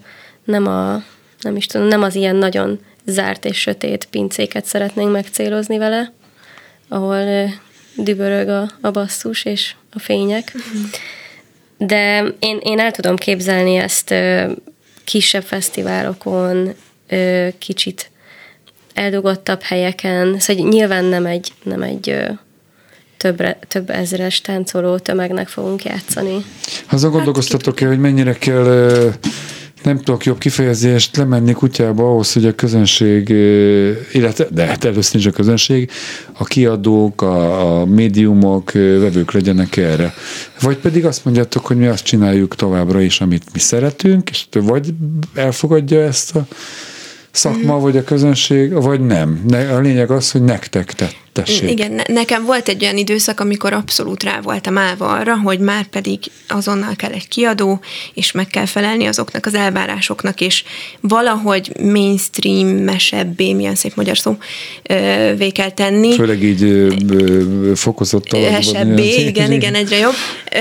Speaker 6: nem az ilyen nagyon zárt és sötét pincéket szeretnénk megcélozni vele, ahol dübörög a basszus és a fények. De én el tudom képzelni ezt kisebb fesztiválokon, kicsit eldugottabb helyeken, szóval nyilván nem egy több ezres táncoló tömegnek fogunk játszani.
Speaker 4: Azon gondolkoztatok-e, hogy mennyire kell, nem tudok jobb kifejezést, lemenni kutyába ahhoz, hogy a közönség, illetve, de hát először is a közönség, a kiadók, a médiumok, vevők legyenek erre. Vagy pedig azt mondjátok, hogy mi azt csináljuk továbbra is, amit mi szeretünk, és vagy elfogadja ezt a szakma, vagy a közönség, vagy nem. A lényeg az, hogy nektek tessék.
Speaker 5: Igen, nekem volt egy olyan időszak, amikor abszolút rá voltam állva arra, hogy már pedig azonnal kell egy kiadó, és meg kell felelni azoknak az elvárásoknak, és valahogy mainstream-esebbé, milyen szép magyar szó, vé kell tenni.
Speaker 4: Főleg így fokozottan.
Speaker 5: Esebbé, igen, egyre jobb.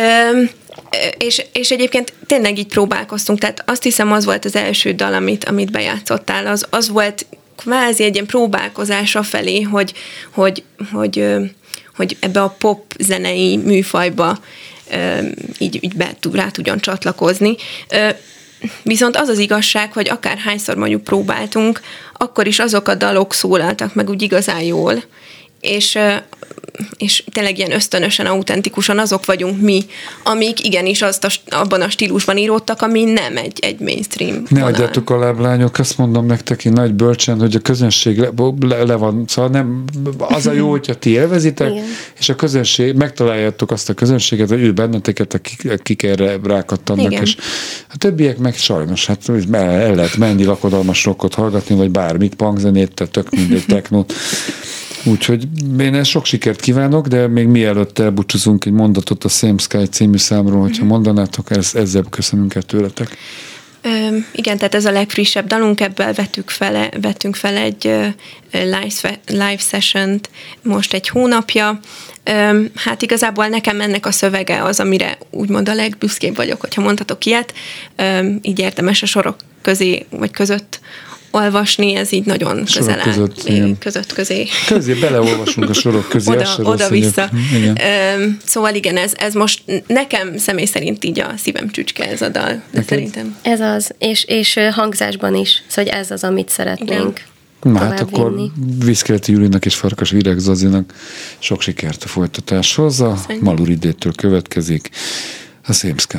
Speaker 5: És egyébként tényleg így próbálkoztunk, tehát azt hiszem az volt az első dal, amit bejátszottál, az volt kvázi egy ilyen próbálkozás afelé, hogy ebbe a pop zenei műfajba így rá tudjon csatlakozni. Viszont az az igazság, hogy akárhányszor mondjuk próbáltunk, akkor is azok a dalok szólaltak meg úgy igazán jól, és és tényleg ilyen ösztönösen, autentikusan azok vagyunk mi, amik igenis abban a stílusban íródtak, ami nem egy mainstream
Speaker 4: Ne adjátok alább, lányok, azt mondom nektek én nagy bölcsen, hogy a közönség le van, szóval nem, az a jó, hogyha ti élvezitek, igen. És a közönség, megtaláljátok azt a közönséget, hogy ő benneteket, akik erre rákattannak, és a többiek meg sajnos, hát el lehet menni, lakodalmas rockot hallgatni, vagy bármit, punkzenét, tehát tök mindegy, technót. Úgyhogy én sok sikert kívánok, de még mielőtt elbúcsúzunk egy mondatot a Same Sky című számról, hogyha mondanátok, ezzel köszönünk el tőletek.
Speaker 5: Igen, tehát ez a legfrissebb dalunk, ebből vettünk fel egy live session-t most egy hónapja. Hát igazából nekem ennek a szövege az, amire úgymond a legbüszkébb vagyok, hogyha mondhatok ilyet. Így érdemes a sorok közé, vagy között olvasni, ez így nagyon közel áll. Közé beleolvasunk
Speaker 4: a sorok közé.
Speaker 5: Oda-vissza. Szóval igen, ez most nekem személy szerint így a szívem csücske ez a dal, de szerintem.
Speaker 6: Ez az, és hangzásban is, szóval ez az, amit szeretnénk.
Speaker 4: Na hát akkor Viszkeleti Julinak és Farkas Virág Zazinak sok sikert a folytatáshoz. A Maluridétől következik a Same Sky.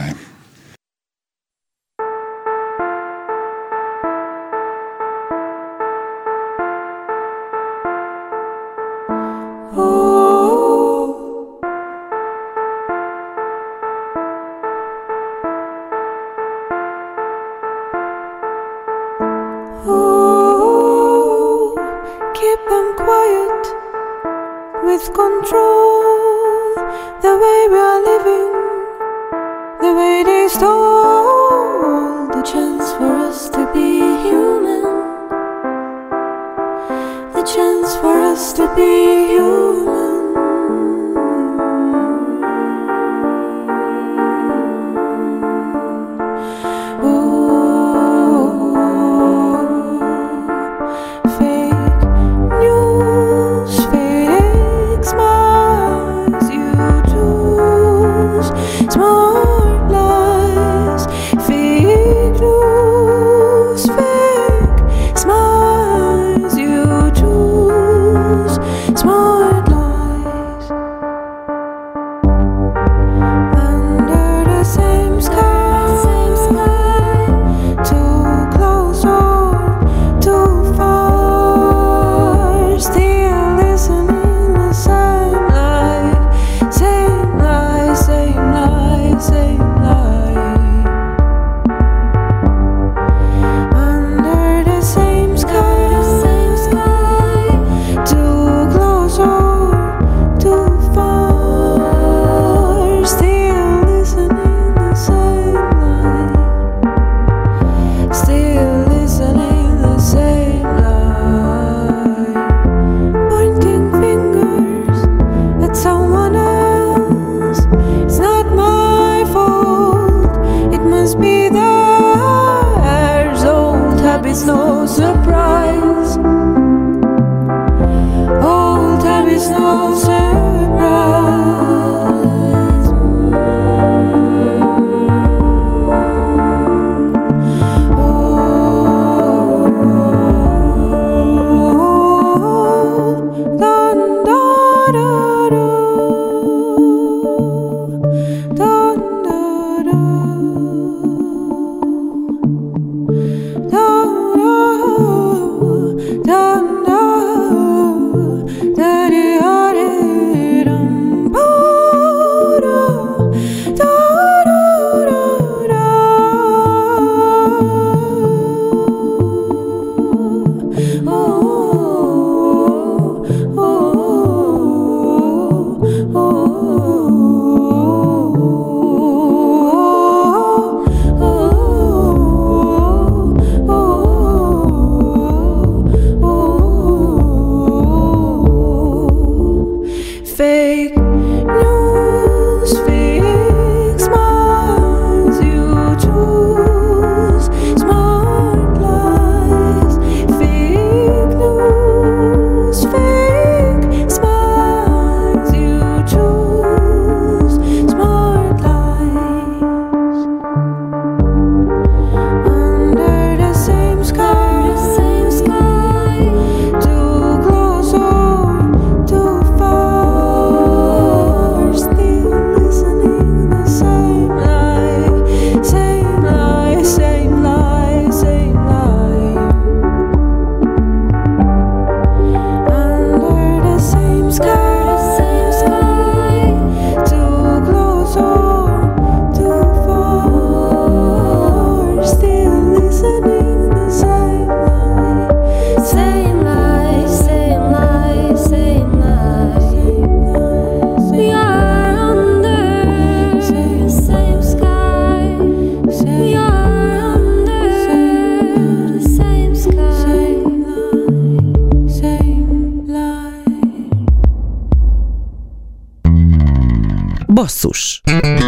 Speaker 1: Basszus.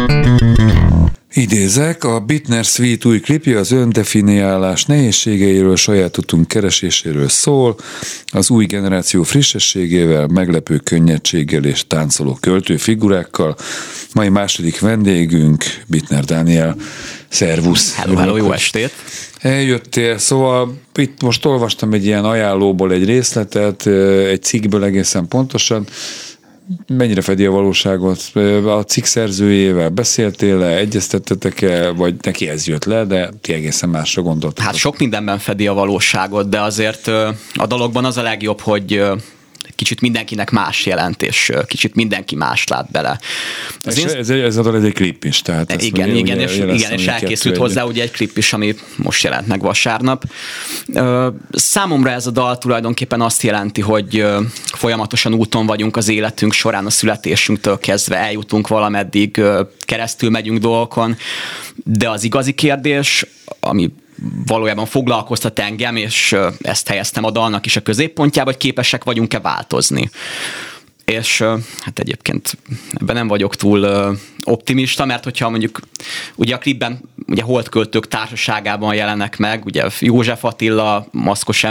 Speaker 4: Idézek, a Bittner Sweet új klipje az öndefiniálás nehézségeiről, sajátutunk kereséséről szól, az új generáció frissességével, meglepő könnyedséggel és táncoló költőfigurákkal. Mai második vendégünk Bittner Dániel. Szervusz!
Speaker 7: Hello, jó estét!
Speaker 4: Eljöttél, szóval itt most olvastam egy ilyen ajánlóból egy részletet, egy cikkből egészen pontosan. Mennyire fedi a valóságot? A cikk szerzőjével beszéltél-e, egyeztettetek-e, vagy neki ez jött le, de ti egészen másra gondoltatok?
Speaker 7: Hát sok mindenben fedi a valóságot, de azért a dologban az a legjobb, hogy kicsit mindenkinek más jelent, és kicsit mindenki mást lát bele.
Speaker 4: Ez a dal egy klip is, tehát
Speaker 7: igen, és elkészült hozzá ugye egy klip is, ami most jelent meg vasárnap. Számomra ez a dal tulajdonképpen azt jelenti, hogy folyamatosan úton vagyunk az életünk során, a születésünktől kezdve eljutunk valameddig, keresztül megyünk dolgokon, de az igazi kérdés, ami valójában foglalkoztat engem, és ezt helyeztem a dalnak is a középpontjába, hogy képesek vagyunk-e változni. És hát egyébként ebben nem vagyok túl optimista, mert hogyha mondjuk ugye a klipben ugye holdköltők társaságában jelenek meg, ugye József Attila maszkos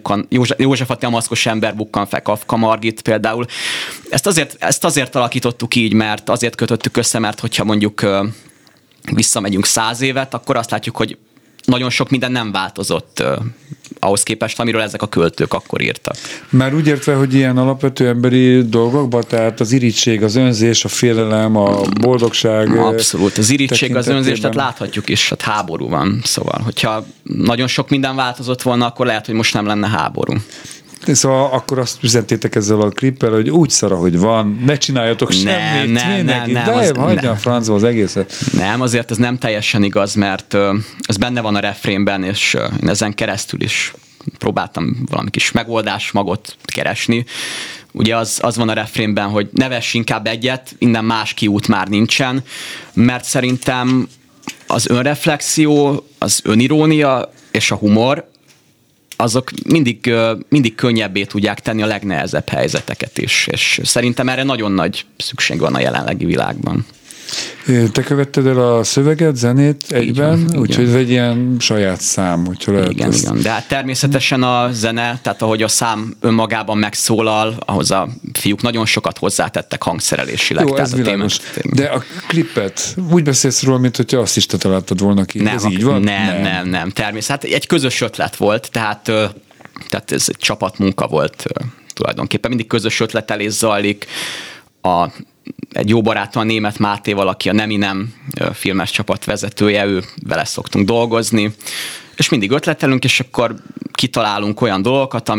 Speaker 7: ember bukkan fel, Kafka Margit például. Ezt azért alakítottuk így, mert azért kötöttük össze, mert hogyha mondjuk visszamegyünk 100 évet, akkor azt látjuk, hogy nagyon sok minden nem változott ahhoz képest, amiről ezek a költők akkor írtak.
Speaker 4: Már úgy értve, hogy ilyen alapvető emberi dolgokban, tehát az irigység, az önzés, a félelem, a boldogság.
Speaker 7: Abszolút, az irigység, az önzés, tehát láthatjuk is, hát háború van. Szóval, hogyha nagyon sok minden változott volna, akkor lehet, hogy most nem lenne háború.
Speaker 4: Szóval akkor azt üzentétek ezzel a klippel, hogy úgy szar, hogy van, ne csináljatok semmit, hagyja a francba az egészet.
Speaker 7: Nem, azért ez nem teljesen igaz, mert ez benne van a refrénben, és én ezen keresztül is próbáltam valami kis megoldásmagot keresni. Ugye az van a refrénben, hogy ne vess inkább egyet, innen más kiút már nincsen, mert szerintem az önreflexió, az önirónia és a humor azok mindig könnyebbé tudják tenni a legnehezebb helyzeteket is, és szerintem erre nagyon nagy szükség van a jelenlegi világban.
Speaker 4: Te követted el a szöveget, zenét egyben, úgyhogy ez egy ilyen saját szám, hogyha lehet.
Speaker 7: Igen, de hát természetesen a zene, tehát ahogy a szám önmagában megszólal, ahhoz a fiúk nagyon sokat hozzátettek hangszerelésileg.
Speaker 4: Jó, ez világos. De a klipet úgy beszélsz róla, mint hogyha azt is te találtad volna ki. Ez így van?
Speaker 7: Nem. Természetesen. Hát egy közös ötlet volt, tehát ez egy csapatmunka volt tulajdonképpen. Mindig közös ötletelés zajlik. Egy jó barátom, a Németh Mátéval, aki a Nem filmes csapat vezetője, vele szoktunk dolgozni, és mindig ötletelünk, és akkor kitalálunk olyan dolgokat,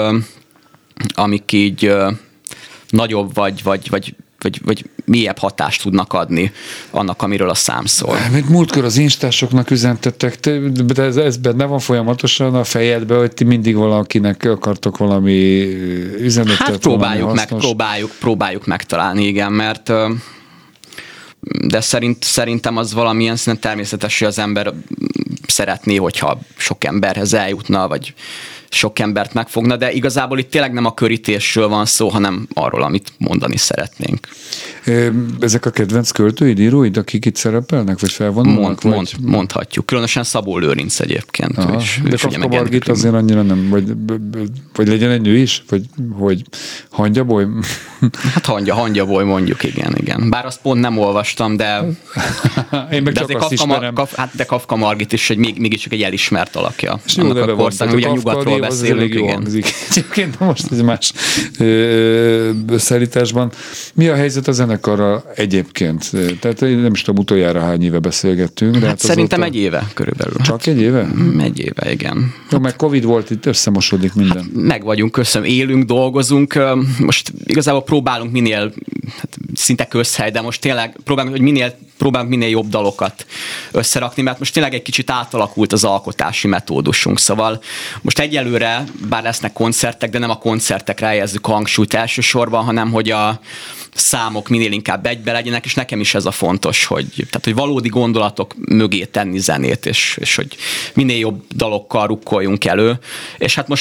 Speaker 7: amik így nagyobb vagy mélyebb hatást tudnak adni annak, amiről a szám szól.
Speaker 4: Mint múltkor az instásoknak üzentettek, de ez benne van folyamatosan a fejedbe, hogy ti mindig valakinek akartok valami üzenetet.
Speaker 7: Hát próbáljuk megtalálni, igen, mert de szerintem az valamilyen szinten természetes, hogy az ember szeretné, hogyha sok emberhez eljutna, vagy sok embert megfogna, de igazából itt tényleg nem a körítésről van szó, hanem arról, amit mondani szeretnénk.
Speaker 4: Ezek a kedvenc költőid, íróid, akik itt szerepelnek, vagy felvonulnak?
Speaker 7: Mondhatjuk. Különösen Szabó Lőrinc egyébként.
Speaker 4: De Kafka Margit azért annyira nem, vagy legyen egy nő is? Vagy hogy Hangyaboly?
Speaker 7: Hát Hangyaboly mondjuk, igen. Bár azt pont nem olvastam, de
Speaker 4: én meg csak azt ismerem.
Speaker 7: De Kafka Margit is mégiscsak egy elismert alakja.
Speaker 4: És jó neve van, tehát
Speaker 7: ugye nyugatról beszélünk,
Speaker 4: jó hangzik. Egyébként most ez más összeállításban. Mi a helyzet a zenekarral egyébként? Tehát nem is tudom, utoljára hány éve beszélgettünk. De
Speaker 7: hát szerintem egy éve körülbelül.
Speaker 4: Csak egy éve?
Speaker 7: Egy éve, igen.
Speaker 4: Jó, meg Covid volt, itt összemosodik minden.
Speaker 7: Meg vagyunk, élünk, dolgozunk. Most igazából próbálunk minél, szinte közhely, de most tényleg próbálunk minél jobb dalokat összerakni, mert most tényleg egy kicsit átalakult az alkotási metódusunk. Szóval most egyelőre, bár lesznek koncertek, de nem a koncertekre helyezzük a hangsúlyt elsősorban, hanem hogy a számok minél inkább egybe legyenek, és nekem is ez a fontos, hogy valódi gondolatok mögé tenni zenét, és hogy minél jobb dalokkal rukkoljunk elő. És hát most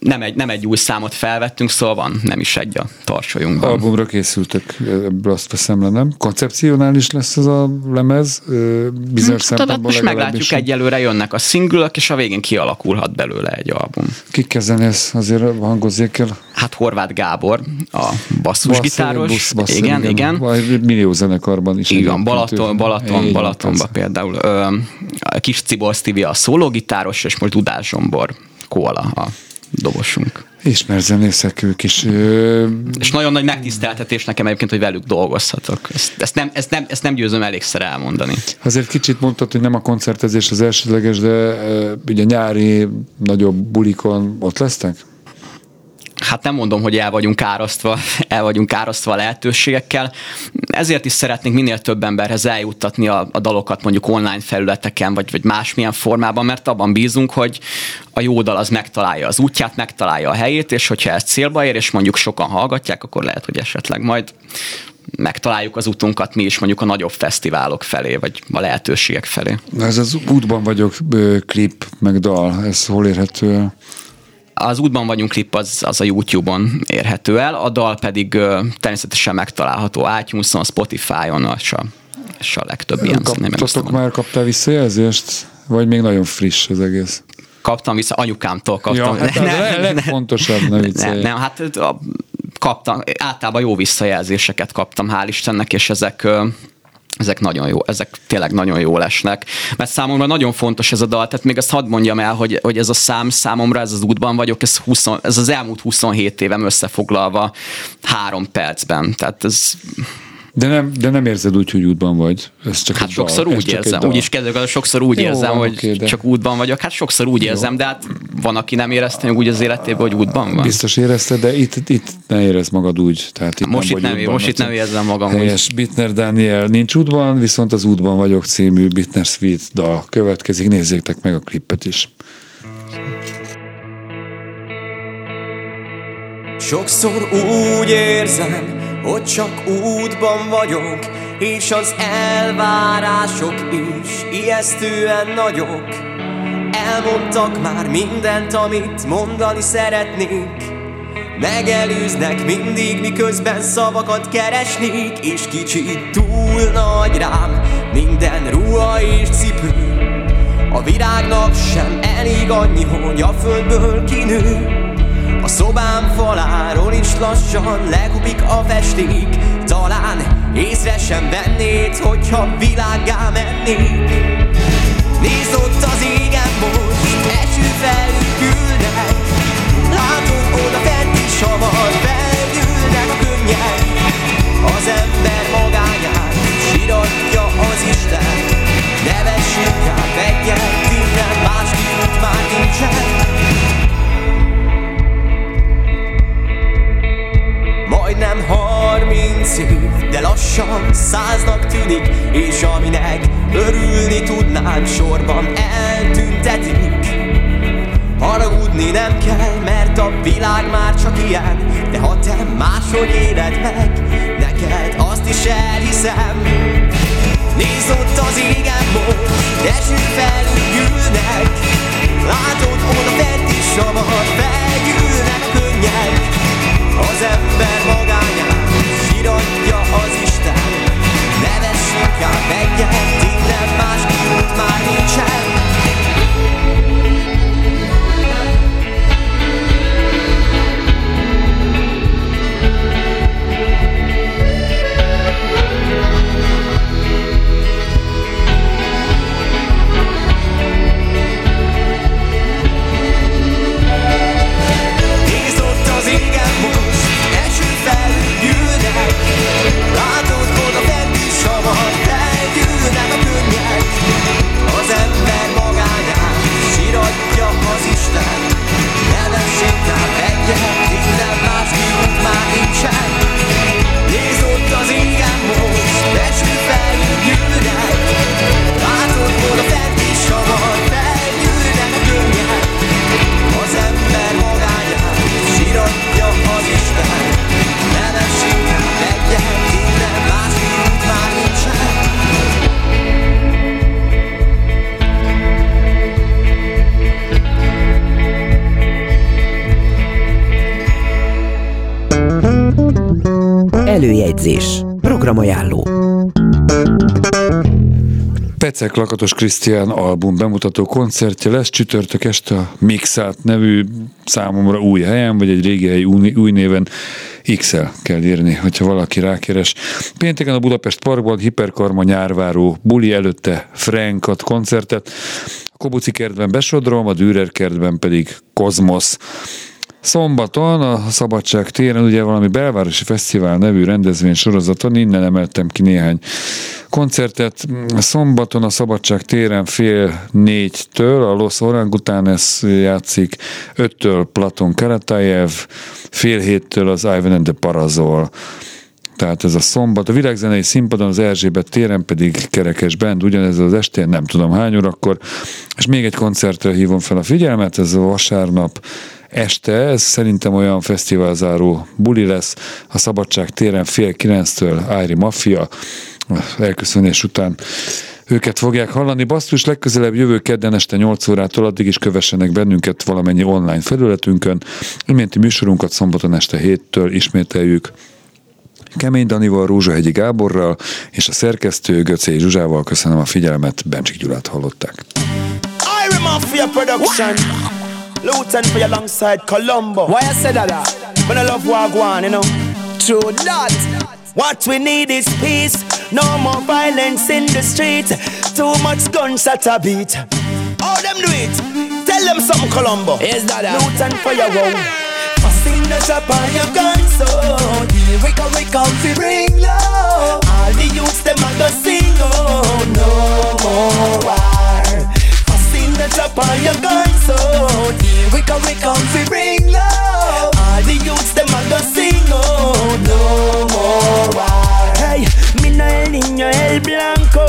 Speaker 7: nem egy új számot felvettünk, szóval van nem is egy a tarsolyunkban.
Speaker 4: Albumra készültek, ebből azt veszem le, nem? Koncepcionális lesz ez a lemez? Bizonyos szempontból
Speaker 7: legalábbis. Meglátjuk, egyelőre jönnek a singlök, és a végén kialakulhat belőle egy album.
Speaker 4: Kikkel zenélsz? Azért hangozzék el.
Speaker 7: Hát Horváth Gábor, a basszusgitáros. Igen.
Speaker 4: Millió zenekarban is.
Speaker 7: Igen, Balatonban például. Kis Cibolsz Tibi a szólógitáros, és most Dudás Zsombor Kóla a dobosunk.
Speaker 4: Ismert zenészek ők is.
Speaker 7: És nagyon nagy megtiszteltetés nekem egyébként, hogy velük dolgozhatok. Ezt nem győzöm elégszer elmondani.
Speaker 4: Azért kicsit mondtad, hogy nem a koncertezés az elsődleges, de ugye nyári nagyobb bulikon ott lesztek?
Speaker 7: Hát nem mondom, hogy el vagyunk árasztva a lehetőségekkel. Ezért is szeretnénk minél több emberhez eljuttatni a dalokat mondjuk online felületeken, vagy másmilyen formában, mert abban bízunk, hogy a jó dal az megtalálja az útját, megtalálja a helyét, és hogyha ez célba ér, és mondjuk sokan hallgatják, akkor lehet, hogy esetleg majd megtaláljuk az utunkat mi is mondjuk a nagyobb fesztiválok felé, vagy a lehetőségek felé.
Speaker 4: Ez az Útban vagyok klip, meg dal, ez hol érhető el?
Speaker 7: Az Útban vagyunk klip az a YouTube-on érhető el, a dal pedig természetesen megtalálható iTunes-on, Spotify-on, és a legtöbb ilyen.
Speaker 4: Kaptál visszajelzést? Vagy még nagyon friss az egész?
Speaker 7: Kaptam vissza, anyukámtól kaptam.
Speaker 4: Ja, hát legfontosabb, ne viccelj.
Speaker 7: Nem, hát kaptam, általában jó visszajelzéseket kaptam, hál' Istennek, és ezek nagyon jó, ezek tényleg nagyon jól esnek. Mert számomra nagyon fontos ez a dal, tehát még azt hadd mondjam el, hogy ez a számomra, ez az Útban vagyok, ez az elmúlt 27 évem összefoglalva 3 percben. Tehát ez...
Speaker 4: De nem érzed úgy, hogy útban vagy? Ez csak
Speaker 7: hát sokszor úgy érzem. Úgy is kezdődik, sokszor úgy érzem, hogy csak útban vagyok. Hát sokszor úgy érzem, de hát van, aki nem érezte úgy az életében, hogy útban van.
Speaker 4: Biztos érezted, de itt ne érezd magad úgy. Tehát itt
Speaker 7: most itt nem érzem magam
Speaker 4: helyes. Úgy. Bittner Dániel nincs útban, viszont az Útban vagyok című Bittner Sweet dal következik. Nézzétek meg a klippet is.
Speaker 8: Sokszor úgy érzem, hogy csak útban vagyok, és az elvárások is ijesztően nagyok. Elmondtak már mindent, amit mondani szeretnék. Megelőznek mindig, miközben szavakat keresnék, és kicsit túl nagy rám minden ruha és cipő. A virágnak sem elég annyi, hogy a földből kinő. A szobám faláról is lassan lekupik a festék. Talán észre sem vennéd, hogyha világgá mennék. Nézd ott az égen most, esőfelhők ülnek. Látom oda fent is hamar felgyűlnek a könnyek. Az ember magányát síratja az Isten. Nevessünk át egyet, innen más kiút már nincsen. Majdnem 30 év, de lassan 100-nak tűnik, és aminek örülni tudnám, sorban eltüntetik. Haragudni nem kell, mert a világ már csak ilyen, de ha te máshogy éled meg, neked azt is elhiszem. Nézd ott az égen most, esőfelhők gyűlnek. Látod oda fent is hamar felgyűlnek a könnyek. Az ember magányát síratja az Isten. Nevessünk át egyet, innen más kiút már nincsen.
Speaker 1: Előjegyzés. Programajánló.
Speaker 4: Pecek Lakatos Krisztián album bemutató koncertje lesz csütörtök este a Mixát nevű számomra új helyen, vagy egy régi hely új néven XL kell írni, hogyha valaki rákeres. Pénteken a Budapest Parkban Hiperkarma nyárváró buli, előtte Frank ad koncertet, a Kobuci kertben Besodrom, a Dürer kertben pedig Kozmosz. Szombaton a Szabadság téren ugye valami belvárosi fesztivál nevű rendezvény sorozaton, innen emeltem ki néhány koncertet. Szombaton a Szabadság téren 3:30 a Los Orangutanes játszik, 5-től Platon Karatajev, 6:30 az Ivan and the Parazol. Tehát ez a szombat. A Világzenei Színpadon az Erzsébet téren pedig Kerekes Band, ugyanez az estén, nem tudom hány órakor. És még egy koncertre hívom fel a figyelmet, ez a vasárnap este, ez szerintem olyan fesztiválzáró buli lesz, a Szabadság téren 8:30 Ári Mafia, elköszönés után őket fogják hallani. Basszus, legközelebb jövő kedden este 8 órától, addig is kövessenek bennünket valamennyi online felületünkön. Iménti műsorunkat szombaton este 7-től ismételjük. Kemény Danival, Rózsahegyi Gáborral és a szerkesztő Göcei Zsuzsával köszönöm a figyelmet, Bencsik Gyulát hallották.
Speaker 9: Iron Mafia Production, Luton for you alongside Colombo. Why I said that? When I love Wagwan, you know. True that. What we need is peace, no more violence in the street. Too much gunshot a beat. How them do it? Tell them something, Colombo. Yes, that. Luton for your home. Passing the shop on your guns, so here we come to bring love. All the youths them a go sing, oh no more war. Passing the shop on your guns, so here we come to bring love. All the youths them a go sing, oh no more war. Hey, me no El Niño El Blanco,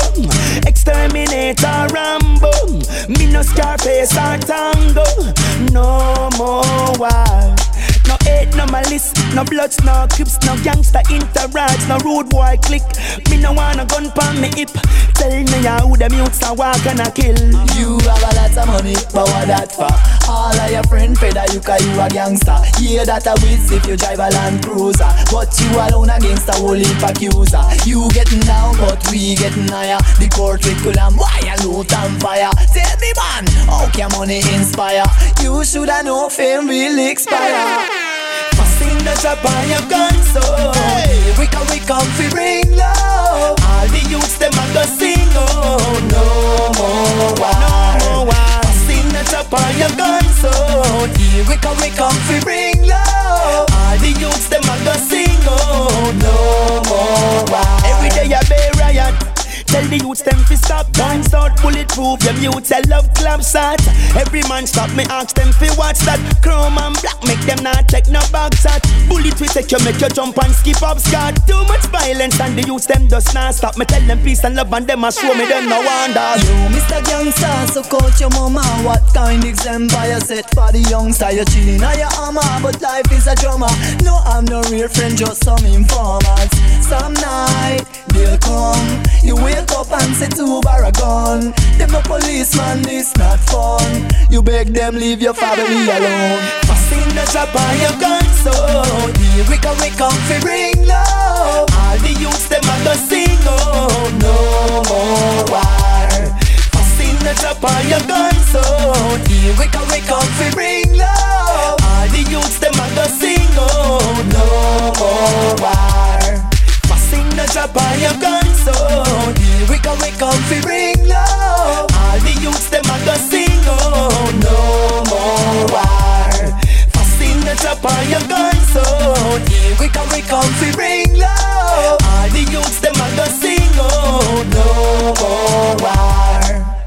Speaker 9: Exterminator Rambo, me no Scarface or Tango, no more war. No hate, no malice, no bloods, no crips, no gangster interacts, no rude boy click. Me no want a gun pan me hip. Tell me how them youths are walk and a kill.
Speaker 10: You have a lot of money, but what that for? All of your friends say that you cause you a gangster. Yeah, that a whiz if you drive a Land Cruiser. But you alone against a whole heap accuser. You getting down, but we getting higher. The curriculum, why you loot and fire? Tell me man, how can money inspire? You shoulda know fame will expire.
Speaker 9: Passing the shop on your guns, so hey, we come to bring love. All the youths them a go sing, oh no more war, no more war. Passing the shop on your guns, so here we come to bring love. All the youths them a go sing, oh no more war. Every day I be riot. Tell the youths them fi stop, don't start bulletproof. Them youths I love club shot. Every man stop me ask them fi watch that. Chrome and black make them not take no back shot. Bullet we take you make you jump and skip up Scott. Too much violence and the youths them just not stop. Me tell them peace and love and them a show me them no wonder.
Speaker 10: You Mr. Gangster, so coach your mama. What kind example you set for the youngster? You chilling on your armor, but life is a drama. No, I'm no real friend, just some informants. Some night they'll come, you wake up and say to Baragon. Them no policeman, this not fun. You beg them leave your family alone.
Speaker 9: Passing the shop on your guns, so here we come to bring love. All the youths them a go sing, oh no more war. Passing the shop on your guns, so here we come to bring love. All the youths them a go sing, oh no more war. Passing the shop on your guns, so here we come to bring love. All the youths them a go sing, oh no more war. Passing the shop on your guns, so here we come to bring love. All the youths them a go sing, oh no more war.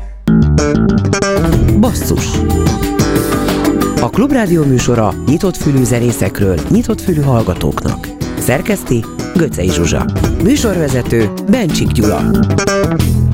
Speaker 1: Basszus. A Klubrádió műsora nyitott fülű zenészekről, nyitott fülű hallgatóknak. Szerkeszti Göcei Zsuzsa. Műsorvezető Bencsik Gyula.